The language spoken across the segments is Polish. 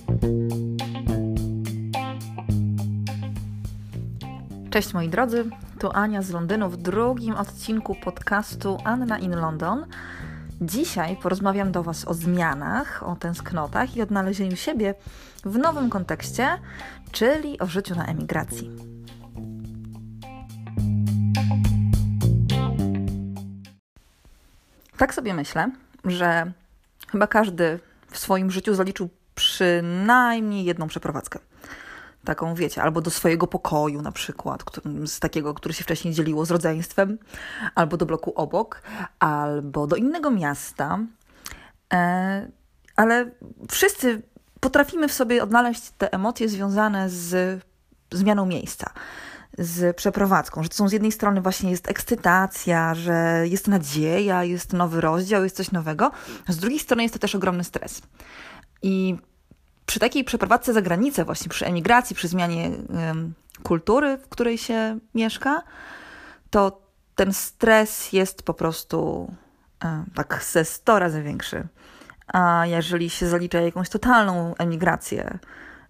Cześć moi drodzy, tu Ania z Londynu w drugim odcinku podcastu Anna in London. Dzisiaj porozmawiam do Was o zmianach, o tęsknotach i odnalezieniu siebie w nowym kontekście, czyli o życiu na emigracji. Tak sobie myślę, że chyba każdy w swoim życiu zaliczył przynajmniej jedną przeprowadzkę. Taką, wiecie, albo do swojego pokoju na przykład, z takiego, który się wcześniej dzieliło z rodzeństwem, albo do bloku obok, albo do innego miasta. Ale wszyscy potrafimy w sobie odnaleźć te emocje związane z zmianą miejsca, z przeprowadzką, że to są z jednej strony właśnie jest ekscytacja, że jest nadzieja, jest nowy rozdział, jest coś nowego, a z drugiej strony jest to też ogromny stres. I przy takiej przeprowadzce za granicę, właśnie przy emigracji, przy zmianie kultury, w której się mieszka, to ten stres jest po prostu tak ze 100 razy większy. A jeżeli się zalicza jakąś totalną emigrację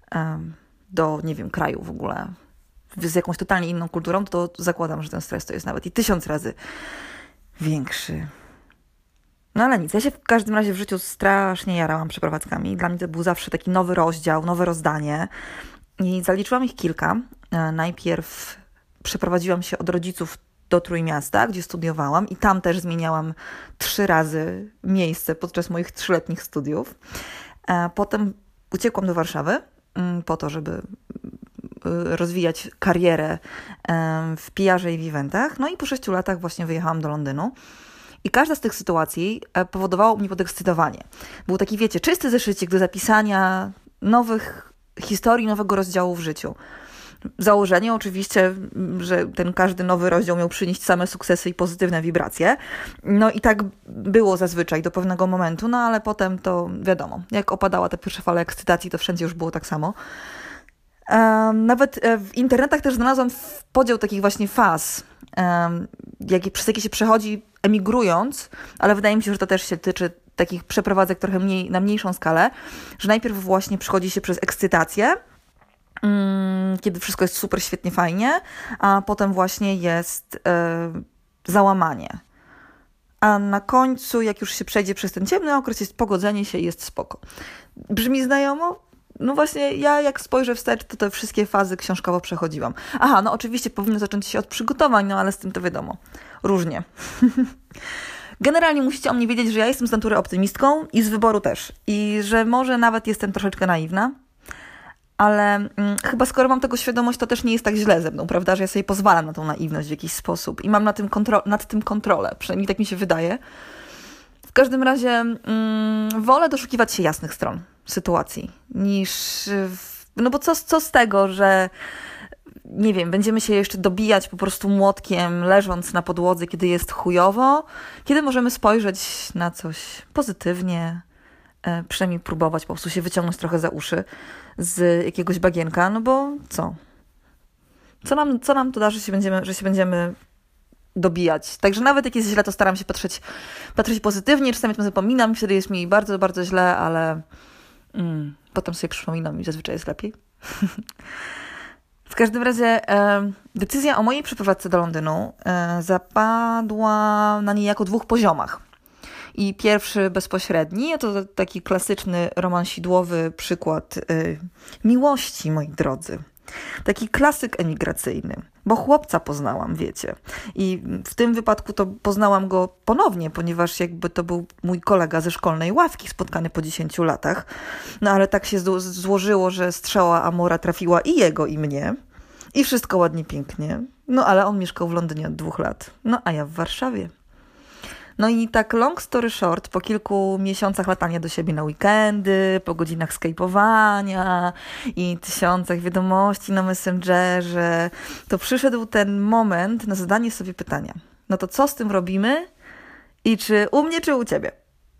do, nie wiem, kraju w ogóle, z jakąś totalnie inną kulturą, to zakładam, że ten stres to jest nawet i 1000 razy większy. No ale nic, ja się w każdym razie w życiu strasznie jarałam przeprowadzkami. Dla mnie to był zawsze taki nowy rozdział, nowe rozdanie. I zaliczyłam ich kilka. Najpierw przeprowadziłam się od rodziców do Trójmiasta, gdzie studiowałam i tam też zmieniałam 3 razy miejsce podczas moich 3-letnich studiów. Potem uciekłam do Warszawy po to, żeby rozwijać karierę w PR-ze i w eventach. No i po 6 latach właśnie wyjechałam do Londynu. I każda z tych sytuacji powodowała u mnie podekscytowanie. Był taki, wiecie, czysty zeszycik do zapisania nowych historii, nowego rozdziału w życiu. Założenie oczywiście, że ten każdy nowy rozdział miał przynieść same sukcesy i pozytywne wibracje. No i tak było zazwyczaj do pewnego momentu, no ale potem to wiadomo, jak opadała ta pierwsza fala ekscytacji, to wszędzie już było tak samo. Nawet w internetach też znalazłam podział takich właśnie faz, przez jakie się przechodzi emigrując, ale wydaje mi się, że to też się tyczy takich przeprowadzek trochę na mniejszą skalę, że najpierw właśnie przychodzi się przez ekscytację, kiedy wszystko jest super, świetnie, fajnie, a potem właśnie jest załamanie. A na końcu, jak już się przejdzie przez ten ciemny okres, jest pogodzenie się i jest spoko. Brzmi znajomo? No właśnie, ja jak spojrzę wstecz, to te wszystkie fazy książkowo przechodziłam. Aha, no oczywiście powinno zacząć się od przygotowań, no ale z tym to wiadomo, różnie. Generalnie musicie o mnie wiedzieć, że ja jestem z natury optymistką i z wyboru też. I że może nawet jestem troszeczkę naiwna, ale chyba skoro mam tego świadomość, to też nie jest tak źle ze mną, prawda, że ja sobie pozwalam na tą naiwność w jakiś sposób i mam nad tym kontrolę, przynajmniej tak mi się wydaje. W każdym razie wolę doszukiwać się jasnych stron sytuacji niż... No bo co z tego, że nie wiem, będziemy się jeszcze dobijać po prostu młotkiem, leżąc na podłodze, kiedy jest chujowo, kiedy możemy spojrzeć na coś pozytywnie, przynajmniej próbować po prostu się wyciągnąć trochę za uszy z jakiegoś bagienka, no bo co? Co nam to da, że się będziemy dobijać. Także nawet jak jest źle, to staram się patrzeć pozytywnie, czasami o tym zapominam, wtedy jest mi bardzo, bardzo źle, ale potem sobie przypominam i zazwyczaj jest lepiej. W każdym razie decyzja o mojej przeprowadzce do Londynu zapadła na niejako 2 poziomach. I pierwszy bezpośredni, to taki klasyczny romansidłowy przykład miłości, moi drodzy. Taki klasyk emigracyjny, bo chłopca poznałam, wiecie. I w tym wypadku to poznałam go ponownie, ponieważ jakby to był mój kolega ze szkolnej ławki, spotkany po 10 latach. No ale tak się złożyło, że strzała Amora trafiła i jego, i mnie. I wszystko ładnie, pięknie. No ale on mieszkał w Londynie od 2 lat. No a ja w Warszawie. No i tak long story short, po kilku miesiącach latania do siebie na weekendy, po godzinach skejpowania i 1000 wiadomości na Messengerze, to przyszedł ten moment na zadanie sobie pytania. No to co z tym robimy i czy u mnie, czy u ciebie?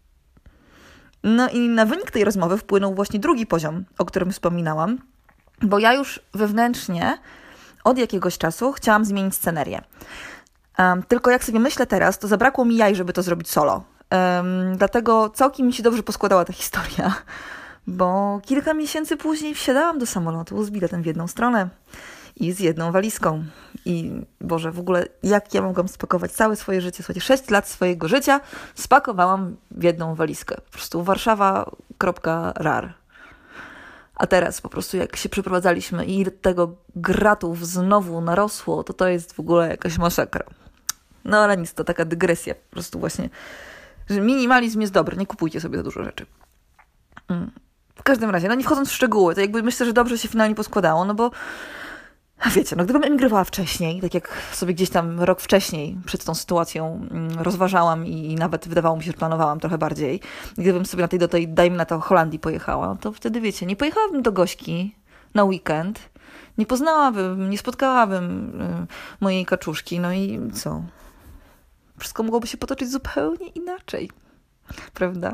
No i na wynik tej rozmowy wpłynął właśnie drugi poziom, o którym wspominałam, bo ja już wewnętrznie od jakiegoś czasu chciałam zmienić scenerię. Tylko jak sobie myślę teraz, to zabrakło mi jaj, żeby to zrobić solo. Dlatego całkiem mi się dobrze poskładała ta historia, bo kilka miesięcy później wsiadałam do samolotu z biletem w jedną stronę i z jedną walizką. I Boże, w ogóle jak ja mogłam spakować całe swoje życie? Słuchajcie, 6 lat swojego życia spakowałam w jedną walizkę. Po prostu Warszawa.rar. A teraz po prostu jak się przeprowadzaliśmy i tego gratów znowu narosło, to jest w ogóle jakaś masakra. No ale nic, to taka dygresja. Po prostu właśnie, że minimalizm jest dobry, nie kupujcie sobie za dużo rzeczy. W każdym razie, nie wchodząc w szczegóły, to jakby myślę, że dobrze się finalnie poskładało, no bo wiecie, gdybym emigrowała wcześniej, tak jak sobie gdzieś tam rok wcześniej przed tą sytuacją rozważałam i nawet wydawało mi się, że planowałam trochę bardziej, gdybym sobie do tej dajmy na to Holandii pojechała, to wtedy wiecie, nie pojechałabym do Gośki na weekend, nie poznałabym, nie spotkałabym mojej kaczuszki, no i co? Wszystko mogłoby się potoczyć zupełnie inaczej, prawda?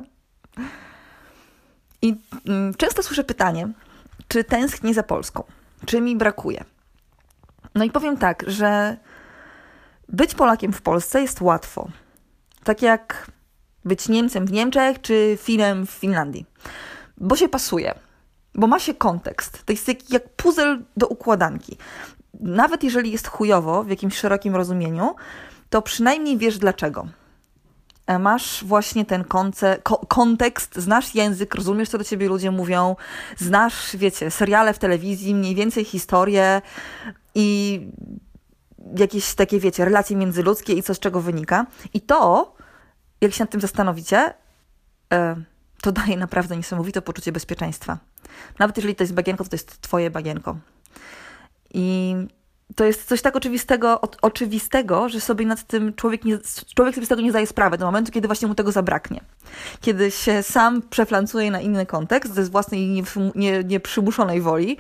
I często słyszę pytanie, czy tęsknię za Polską? Czy mi brakuje? No i powiem tak, że być Polakiem w Polsce jest łatwo. Tak jak być Niemcem w Niemczech, czy Finem w Finlandii. Bo się pasuje. Bo ma się kontekst. To jest jak puzzle do układanki. Nawet jeżeli jest chujowo w jakimś szerokim rozumieniu, to przynajmniej wiesz dlaczego. Masz właśnie ten kontekst, znasz język, rozumiesz, co do ciebie ludzie mówią, znasz, wiecie, seriale w telewizji, mniej więcej historię i jakieś takie, wiecie, relacje międzyludzkie i co z czego wynika. I to, jak się nad tym zastanowicie, to daje naprawdę niesamowite poczucie bezpieczeństwa. Nawet jeżeli to jest bagienko, to jest twoje bagienko. I to jest coś tak oczywistego, że sobie nad tym człowiek sobie z tego nie zdaje sprawy do momentu, kiedy właśnie mu tego zabraknie. Kiedy się sam przeflancuje na inny kontekst ze własnej nieprzymuszonej woli,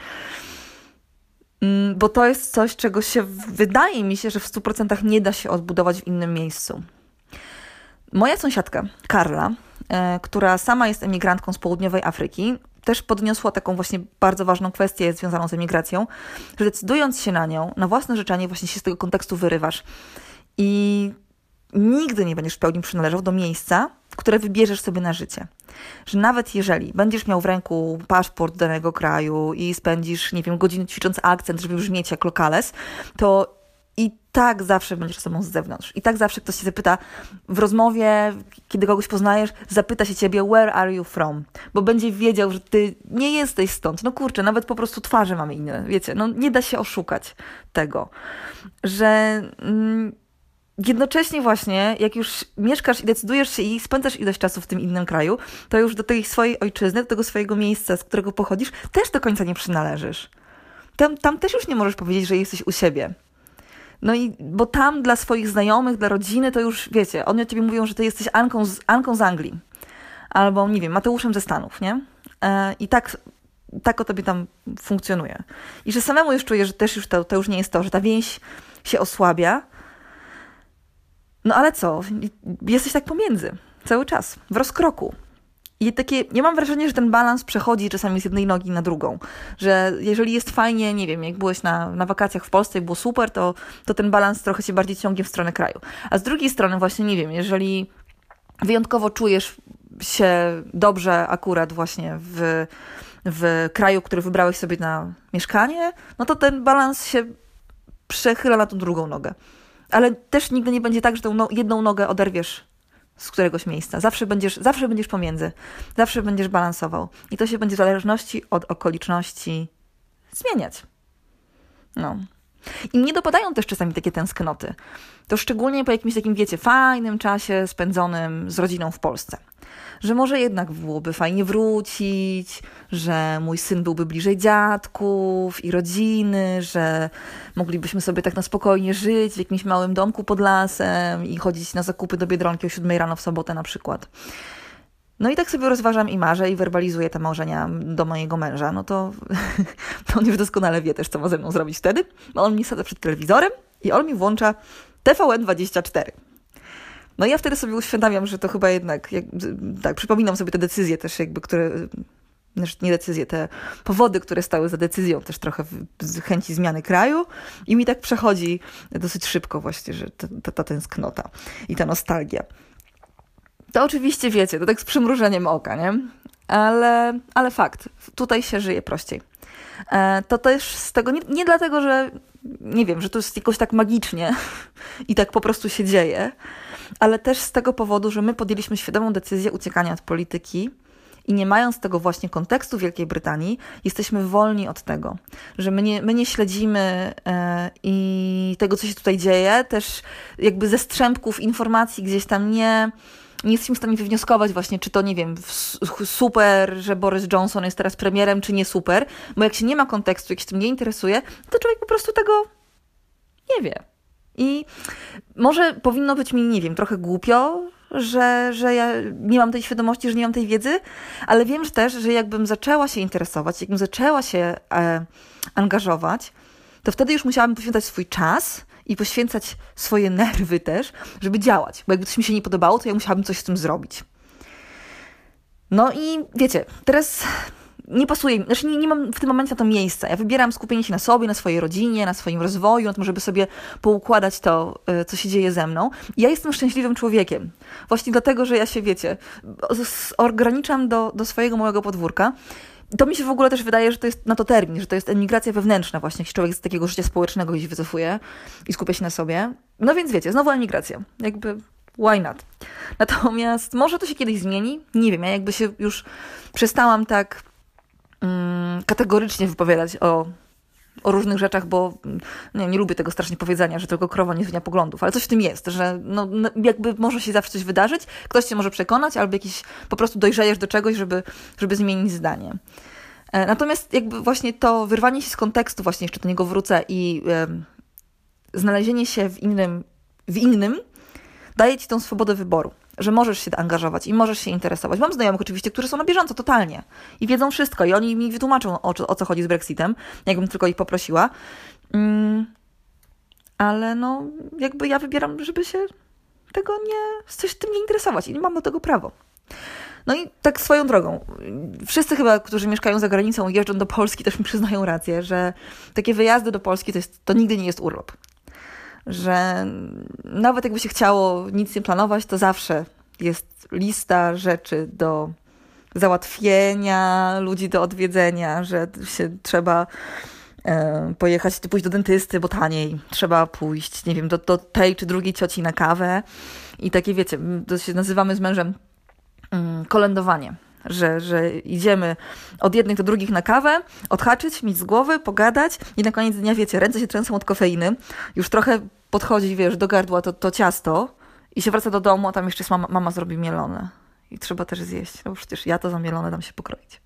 bo to jest coś, czego się wydaje mi się, że w 100% nie da się odbudować w innym miejscu. Moja sąsiadka, Karla, która sama jest emigrantką z południowej Afryki, też podniosła taką właśnie bardzo ważną kwestię związaną z emigracją, że decydując się na nią, na własne życzenie, właśnie się z tego kontekstu wyrywasz i nigdy nie będziesz w pełni przynależał do miejsca, które wybierzesz sobie na życie. Że nawet jeżeli będziesz miał w ręku paszport danego kraju i spędzisz, nie wiem, godziny ćwicząc akcent, żeby brzmieć jak lokales, to i tak zawsze będziesz osobą z zewnątrz. I tak zawsze ktoś się zapyta w rozmowie, kiedy kogoś poznajesz, zapyta się ciebie, where are you from? Bo będzie wiedział, że ty nie jesteś stąd. No kurczę, nawet po prostu twarze mamy inne, wiecie. No nie da się oszukać tego, że jednocześnie właśnie, jak już mieszkasz i decydujesz się i spędzasz ilość czasu w tym innym kraju, to już do tej swojej ojczyzny, do tego swojego miejsca, z którego pochodzisz, też do końca nie przynależysz. Tam też już nie możesz powiedzieć, że jesteś u siebie. No i, bo tam dla swoich znajomych, dla rodziny, to już, wiecie, oni o ciebie mówią, że ty jesteś Anką z Anglii. Albo, nie wiem, Mateuszem ze Stanów, nie? I tak o tobie tam funkcjonuje. I że samemu już czuję, że też już to już nie jest to, że ta więź się osłabia. No ale co? Jesteś tak pomiędzy. Cały czas. W rozkroku. I ja mam wrażenie, że ten balans przechodzi czasami z jednej nogi na drugą. Że jeżeli jest fajnie, nie wiem, jak byłeś na wakacjach w Polsce i było super, to ten balans trochę się bardziej ciągnie w stronę kraju. A z drugiej strony właśnie, nie wiem, jeżeli wyjątkowo czujesz się dobrze akurat właśnie w kraju, który wybrałeś sobie na mieszkanie, no to ten balans się przechyla na tą drugą nogę. Ale też nigdy nie będzie tak, że tą jedną nogę oderwiesz z któregoś miejsca. Zawsze będziesz pomiędzy. Zawsze będziesz balansował. I to się będzie w zależności od okoliczności zmieniać. No. I mnie dopadają też czasami takie tęsknoty. To szczególnie po jakimś takim, wiecie, fajnym czasie spędzonym z rodziną w Polsce. Że może jednak byłoby fajnie wrócić, że mój syn byłby bliżej dziadków i rodziny, że moglibyśmy sobie tak na spokojnie żyć w jakimś małym domku pod lasem i chodzić na zakupy do Biedronki o 7 rano w sobotę na przykład. No i tak sobie rozważam i marzę i werbalizuję te marzenia do mojego męża. No to on już doskonale wie też, co ma ze mną zrobić wtedy, bo on mnie sadza przed telewizorem i on mi włącza TVN24. No i ja wtedy sobie uświadamiam, że to chyba jednak, tak, przypominam sobie te decyzje też jakby, które, nie decyzje, te powody, które stały za decyzją też trochę z chęci zmiany kraju i mi tak przechodzi dosyć szybko właśnie, że ta tęsknota i ta nostalgia. To oczywiście wiecie, to tak z przymrużeniem oka, nie? ale fakt, tutaj się żyje prościej. To też z tego, nie dlatego, że nie wiem, że to jest jakoś tak magicznie i tak po prostu się dzieje, ale też z tego powodu, że my podjęliśmy świadomą decyzję uciekania od polityki i nie mając tego właśnie kontekstu Wielkiej Brytanii, jesteśmy wolni od tego, że my nie śledzimy i tego, co się tutaj dzieje, też jakby ze strzępków informacji gdzieś tam nie jesteśmy w stanie wywnioskować właśnie, czy to, nie wiem, super, że Boris Johnson jest teraz premierem, czy nie super, bo jak się nie ma kontekstu, jak się tym nie interesuje, to człowiek po prostu tego nie wie. I może powinno być mi, nie wiem, trochę głupio, że ja nie mam tej świadomości, że nie mam tej wiedzy, ale wiem że też, że jakbym zaczęła się interesować, jakbym zaczęła się angażować, to wtedy już musiałabym poświęcać swój czas i poświęcać swoje nerwy też, żeby działać. Bo jakby coś mi się nie podobało, to ja musiałabym coś z tym zrobić. No i wiecie, teraz nie pasuje, znaczy nie mam w tym momencie na to miejsca. Ja wybieram skupienie się na sobie, na swojej rodzinie, na swoim rozwoju, na tym, żeby sobie poukładać to, co się dzieje ze mną. I ja jestem szczęśliwym człowiekiem. Właśnie dlatego, że ja się, wiecie, ograniczam do swojego małego podwórka. To mi się w ogóle też wydaje, że to jest na to termin, że to jest emigracja wewnętrzna właśnie, jak się człowiek z takiego życia społecznego gdzieś wycofuje i skupia się na sobie. No więc wiecie, znowu emigracja. Jakby why not? Natomiast może to się kiedyś zmieni? Nie wiem, ja jakby się już przestałam tak kategorycznie wypowiadać o różnych rzeczach, bo nie lubię tego strasznie powiedzenia, że tylko krowa nie zmienia poglądów, ale coś w tym jest, że no, jakby może się zawsze coś wydarzyć, ktoś cię może przekonać, albo jakiś po prostu dojrzejesz do czegoś, żeby zmienić zdanie. Natomiast jakby właśnie to wyrwanie się z kontekstu, właśnie jeszcze do niego wrócę i znalezienie się w innym daje ci tą swobodę wyboru, że możesz się angażować i możesz się interesować. Mam znajomych oczywiście, którzy są na bieżąco totalnie i wiedzą wszystko i oni mi wytłumaczą, o co chodzi z Brexitem, jakbym tylko ich poprosiła. Ale no, jakby ja wybieram, żeby się coś tym nie interesować i mam do tego prawo. No i tak swoją drogą, wszyscy chyba, którzy mieszkają za granicą i jeżdżą do Polski, też mi przyznają rację, że takie wyjazdy do Polski to nigdy nie jest urlop. Że nawet jakby się chciało nic nie planować, to zawsze jest lista rzeczy do załatwienia, ludzi do odwiedzenia, że się trzeba pojechać, pójść do dentysty, bo taniej. Trzeba pójść, nie wiem, do tej czy drugiej cioci na kawę. I takie, wiecie, to się nazywamy z mężem kolędowanie. Że idziemy od jednych do drugich na kawę, odhaczyć, mieć z głowy, pogadać i na koniec dnia, wiecie, ręce się trzęsą od kofeiny, już trochę podchodzi, wiesz, do gardła to ciasto i się wraca do domu, a tam jeszcze jest mama zrobi mielone i trzeba też zjeść, no bo przecież ja to za mielone dam się pokroić.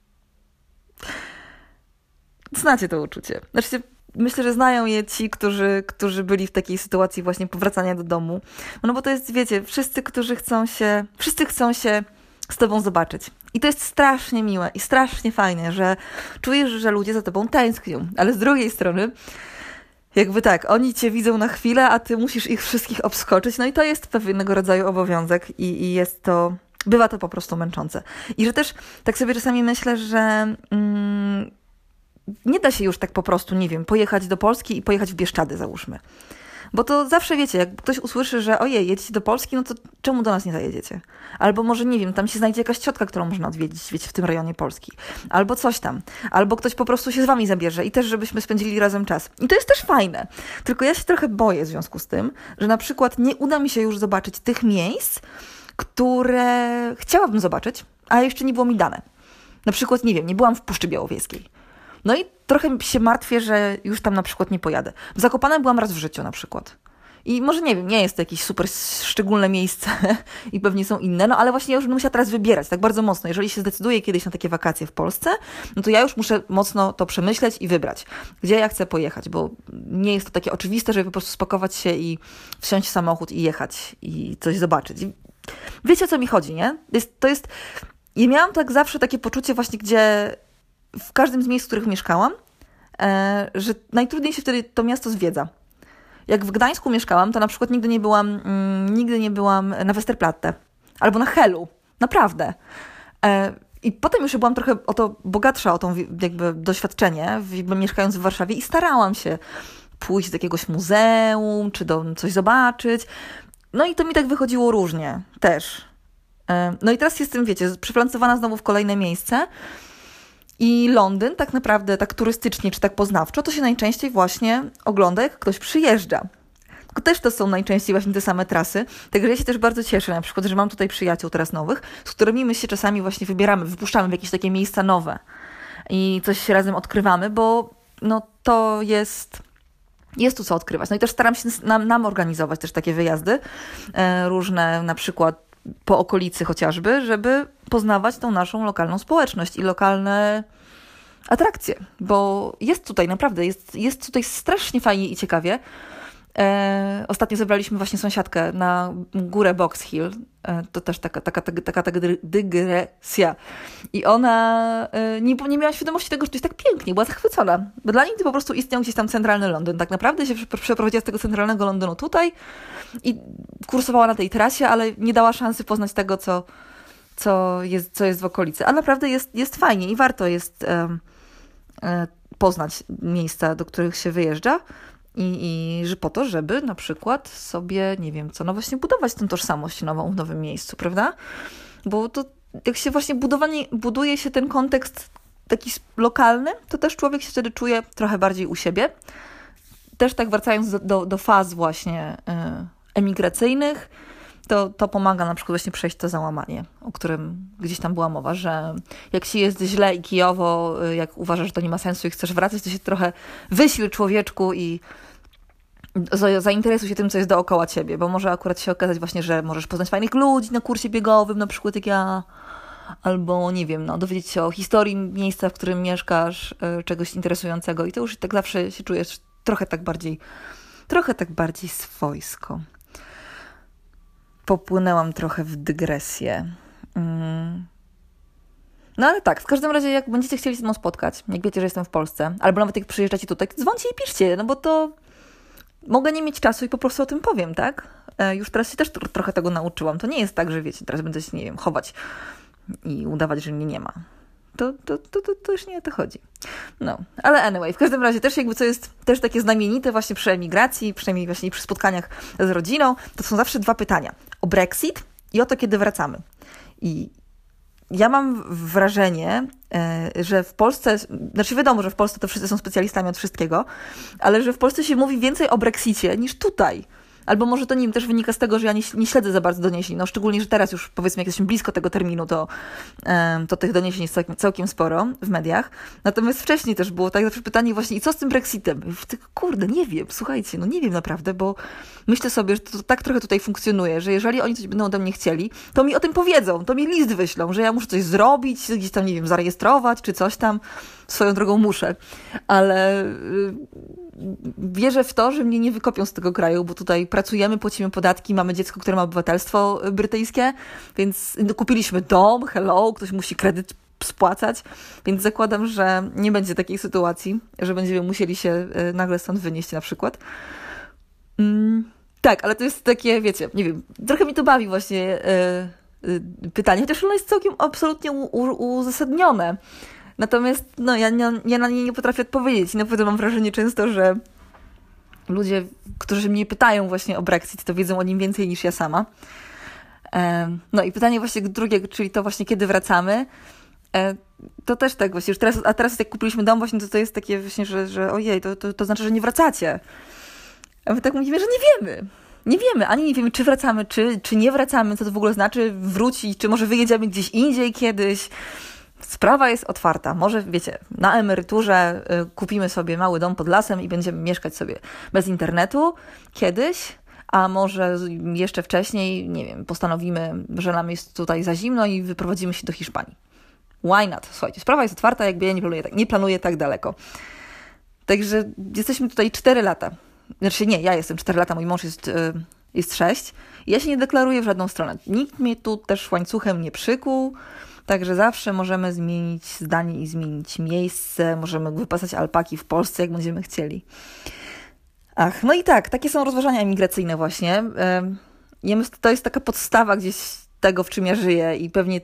Znacie to uczucie. Znaczy, myślę, że znają je ci, którzy byli w takiej sytuacji właśnie powracania do domu. No bo to jest, wiecie, wszyscy chcą się z tobą zobaczyć. I to jest strasznie miłe i strasznie fajne, że czujesz, że ludzie za tobą tęsknią. Ale z drugiej strony, jakby tak, oni cię widzą na chwilę, a ty musisz ich wszystkich obskoczyć. No i to jest pewnego rodzaju obowiązek i jest to, bywa to po prostu męczące. I że też tak sobie czasami myślę, że nie da się już tak po prostu, nie wiem, pojechać do Polski i pojechać w Bieszczady, załóżmy. Bo to zawsze wiecie, jak ktoś usłyszy, że ojej, jedziecie do Polski, no to czemu do nas nie zajedziecie? Albo może, nie wiem, tam się znajdzie jakaś ciotka, którą można odwiedzić, wiecie, w tym rejonie Polski. Albo coś tam. Albo ktoś po prostu się z wami zabierze i też, żebyśmy spędzili razem czas. I to jest też fajne. Tylko ja się trochę boję w związku z tym, że na przykład nie uda mi się już zobaczyć tych miejsc, które chciałabym zobaczyć, a jeszcze nie było mi dane. Na przykład, nie wiem, nie byłam w Puszczy Białowieskiej. No i trochę się martwię, że już tam na przykład nie pojadę. W Zakopanem byłam raz w życiu na przykład. I może nie wiem, nie jest to jakieś super szczególne miejsce i pewnie są inne, no ale właśnie ja już będę musiała teraz wybierać tak bardzo mocno. Jeżeli się zdecyduję kiedyś na takie wakacje w Polsce, no to ja już muszę mocno to przemyśleć i wybrać, gdzie ja chcę pojechać, bo nie jest to takie oczywiste, żeby po prostu spakować się i wsiąść w samochód i jechać i coś zobaczyć. I wiecie, o co mi chodzi, nie? Ja miałam tak zawsze takie poczucie właśnie, gdzie w każdym z miejsc, w których mieszkałam, że najtrudniej się wtedy to miasto zwiedza. Jak w Gdańsku mieszkałam, to na przykład nigdy nie byłam na Westerplatte albo na Helu. Naprawdę. I potem już byłam trochę o to bogatsza, o to jakby doświadczenie, mieszkając w Warszawie i starałam się pójść do jakiegoś muzeum, czy coś zobaczyć. No i to mi tak wychodziło różnie też. No i teraz jestem, wiecie, przyflancowana znowu w kolejne miejsce i Londyn tak naprawdę tak turystycznie czy tak poznawczo to się najczęściej właśnie ogląda, jak ktoś przyjeżdża. Tylko też to są najczęściej właśnie te same trasy. Także ja się też bardzo cieszę na przykład, że mam tutaj przyjaciół teraz nowych, z którymi my się czasami właśnie wybieramy, wypuszczamy w jakieś takie miejsca nowe i coś razem odkrywamy, bo no to jest tu co odkrywać. No i też staram się nam organizować też takie wyjazdy różne, na przykład po okolicy chociażby, żeby poznawać tą naszą lokalną społeczność i lokalne atrakcje, bo jest tutaj naprawdę, jest tutaj strasznie fajnie i ciekawie. Ostatnio zebraliśmy właśnie sąsiadkę na górę Box Hill. To też taka dygresja. I ona nie miała świadomości tego, że to jest tak pięknie, była zachwycona. Bo dla niej to po prostu istniał gdzieś tam centralny Londyn. Tak naprawdę się przeprowadziła z tego centralnego Londynu tutaj i kursowała na tej trasie, ale nie dała szansy poznać tego, co jest w okolicy. A naprawdę jest fajnie i warto jest poznać miejsca, do których się wyjeżdża. I że po to, żeby na przykład sobie, nie wiem co, no właśnie budować tę tożsamość nową w nowym miejscu, prawda? Bo to jak się właśnie buduje się ten kontekst taki lokalny, to też człowiek się wtedy czuje trochę bardziej u siebie. Też tak wracając do faz właśnie emigracyjnych, to pomaga na przykład właśnie przejść to załamanie, o którym gdzieś tam była mowa, że jak ci jest źle i kijowo, jak uważasz, że to nie ma sensu i chcesz wracać, to się trochę wysił człowieczku i zainteresuj się tym, co jest dookoła ciebie, bo może akurat się okazać właśnie, że możesz poznać fajnych ludzi na kursie biegowym, na przykład jak ja, albo nie wiem, no, dowiedzieć się o historii miejsca, w którym mieszkasz, czegoś interesującego i to już tak zawsze się czujesz trochę tak bardziej swojsko. Popłynęłam trochę w dygresję. No ale tak, w każdym razie jak będziecie chcieli się ze mną spotkać, jak wiecie, że jestem w Polsce, albo nawet jak przyjeżdżacie tutaj, to dzwońcie i piszcie, no bo to mogę nie mieć czasu i po prostu o tym powiem, tak? Już teraz się też trochę tego nauczyłam. To nie jest tak, że wiecie, teraz będę się, nie wiem, chować i udawać, że mnie nie ma. To już nie o to chodzi. No, ale anyway, w każdym razie też jakby co jest też takie znamienite właśnie przy emigracji, przynajmniej właśnie przy spotkaniach z rodziną, to są zawsze dwa pytania. O Brexit i o to, kiedy wracamy. I ja mam wrażenie, że w Polsce, znaczy wiadomo, że w Polsce to wszyscy są specjalistami od wszystkiego, ale że w Polsce się mówi więcej o Brexicie niż tutaj. Albo może to, nie wiem, też wynika z tego, że ja nie śledzę za bardzo doniesień. No szczególnie, że teraz już powiedzmy, jak jesteśmy blisko tego terminu, to tych doniesień jest całkiem sporo w mediach. Natomiast wcześniej też było tak zawsze pytanie właśnie, i co z tym Brexitem? Kurde, nie wiem, słuchajcie, no nie wiem naprawdę, bo myślę sobie, że to tak trochę tutaj funkcjonuje, że jeżeli oni coś będą ode mnie chcieli, to mi o tym powiedzą, to mi list wyślą, że ja muszę coś zrobić, gdzieś tam, nie wiem, zarejestrować, czy coś tam. Swoją drogą muszę, ale wierzę w to, że mnie nie wykopią z tego kraju, bo tutaj pracujemy, płacimy podatki, mamy dziecko, które ma obywatelstwo brytyjskie, więc kupiliśmy dom, hello, ktoś musi kredyt spłacać, więc zakładam, że nie będzie takiej sytuacji, że będziemy musieli się nagle stąd wynieść na przykład. Tak, ale to jest takie, wiecie, nie wiem, trochę mi to bawi właśnie pytanie, chociaż ono jest całkiem absolutnie uzasadnione. Natomiast no, ja na nie nie potrafię odpowiedzieć. I naprawdę mam wrażenie często, że ludzie, którzy mnie pytają właśnie o Brexit, to wiedzą o nim więcej niż ja sama. No i pytanie właśnie drugie, czyli to właśnie kiedy wracamy, to też tak właśnie, już teraz jak kupiliśmy dom właśnie, to jest takie właśnie, że ojej, to znaczy, że nie wracacie. A my tak mówimy, że nie wiemy. Nie wiemy, ani nie wiemy, czy wracamy, czy nie wracamy, co to w ogóle znaczy wrócić, czy może wyjedziemy gdzieś indziej kiedyś. Sprawa jest otwarta. Może, wiecie, na emeryturze kupimy sobie mały dom pod lasem i będziemy mieszkać sobie bez internetu kiedyś, a może jeszcze wcześniej, nie wiem, postanowimy, że nam jest tutaj za zimno i wyprowadzimy się do Hiszpanii. Why not? Słuchajcie, sprawa jest otwarta, jakby ja nie planuję tak daleko. Także jesteśmy tutaj 4 lata. Znaczy nie, ja jestem 4 lata, mój mąż jest 6. Ja się nie deklaruję w żadną stronę. Nikt mnie tu też łańcuchem nie przykuł. Także zawsze możemy zmienić zdanie i zmienić miejsce. Możemy wypasać alpaki w Polsce, jak będziemy chcieli. Ach, no i tak, takie są rozważania emigracyjne właśnie. To jest taka podstawa gdzieś tego, w czym ja żyję i pewnie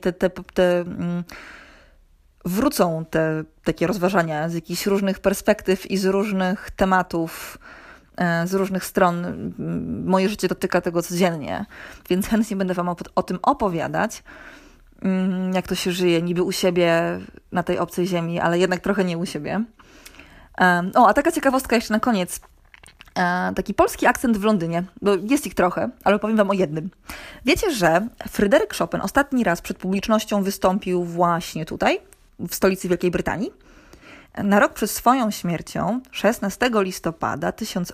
wrócą te takie rozważania z jakichś różnych perspektyw i z różnych tematów z różnych stron. Moje życie dotyka tego codziennie, więc chętnie będę Wam o tym opowiadać, jak to się żyje niby u siebie na tej obcej ziemi, ale jednak trochę nie u siebie. A taka ciekawostka jeszcze na koniec. Taki polski akcent w Londynie, bo jest ich trochę, ale opowiem Wam o jednym. Wiecie, że Fryderyk Chopin ostatni raz przed publicznością wystąpił właśnie tutaj, w stolicy Wielkiej Brytanii? Na rok przed swoją śmiercią, 16 listopada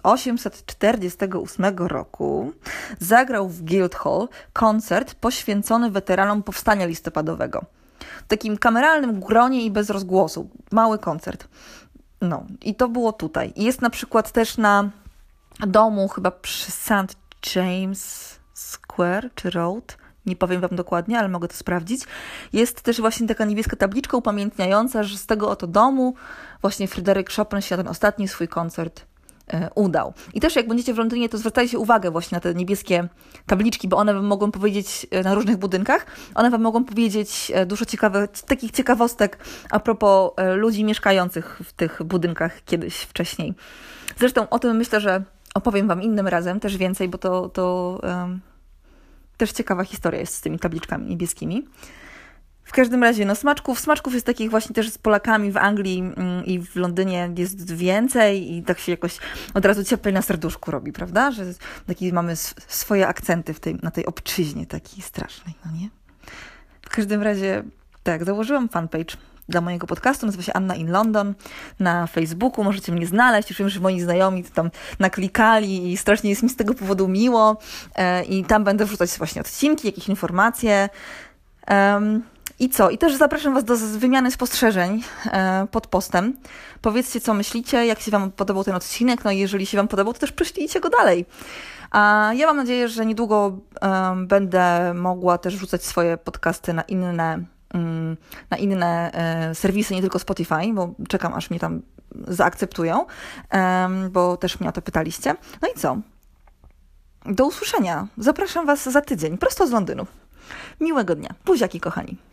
1848 roku, zagrał w Guildhall koncert poświęcony weteranom Powstania Listopadowego. W takim kameralnym gronie i bez rozgłosu. Mały koncert. No, i to było tutaj. I jest na przykład też na domu chyba przy St. James Square czy Road. Nie powiem Wam dokładnie, ale mogę to sprawdzić. Jest też właśnie taka niebieska tabliczka upamiętniająca, że z tego oto domu właśnie Fryderyk Chopin się na ten ostatni swój koncert udał. I też jak będziecie w Londynie, to zwracajcie uwagę właśnie na te niebieskie tabliczki, bo one Wam mogą powiedzieć na różnych budynkach, one Wam mogą powiedzieć dużo takich ciekawostek a propos ludzi mieszkających w tych budynkach kiedyś wcześniej. Zresztą o tym myślę, że opowiem Wam innym razem też więcej, bo to też ciekawa historia jest z tymi tabliczkami niebieskimi. W każdym razie, smaczków jest takich właśnie też z Polakami w Anglii i w Londynie jest więcej i tak się jakoś od razu cieplej na serduszku robi, prawda? Że taki mamy swoje akcenty na tej obczyźnie takiej strasznej, no nie? W każdym razie, tak, założyłam fanpage dla mojego podcastu, nazywa się Anna in London na Facebooku, możecie mnie znaleźć, już wiem, że moi znajomi tam naklikali i strasznie jest mi z tego powodu miło i tam będę wrzucać właśnie odcinki, jakieś informacje i co? I też zapraszam Was do wymiany spostrzeżeń pod postem. Powiedzcie, co myślicie, jak się Wam podobał ten odcinek, no i jeżeli się Wam podobał, to też prześlijcie go dalej. A ja mam nadzieję, że niedługo będę mogła też wrzucać swoje podcasty na inne serwisy, nie tylko Spotify, bo czekam, aż mnie tam zaakceptują, bo też mnie o to pytaliście. No i co? Do usłyszenia. Zapraszam Was za tydzień, prosto z Londynu. Miłego dnia. Buziaki, kochani.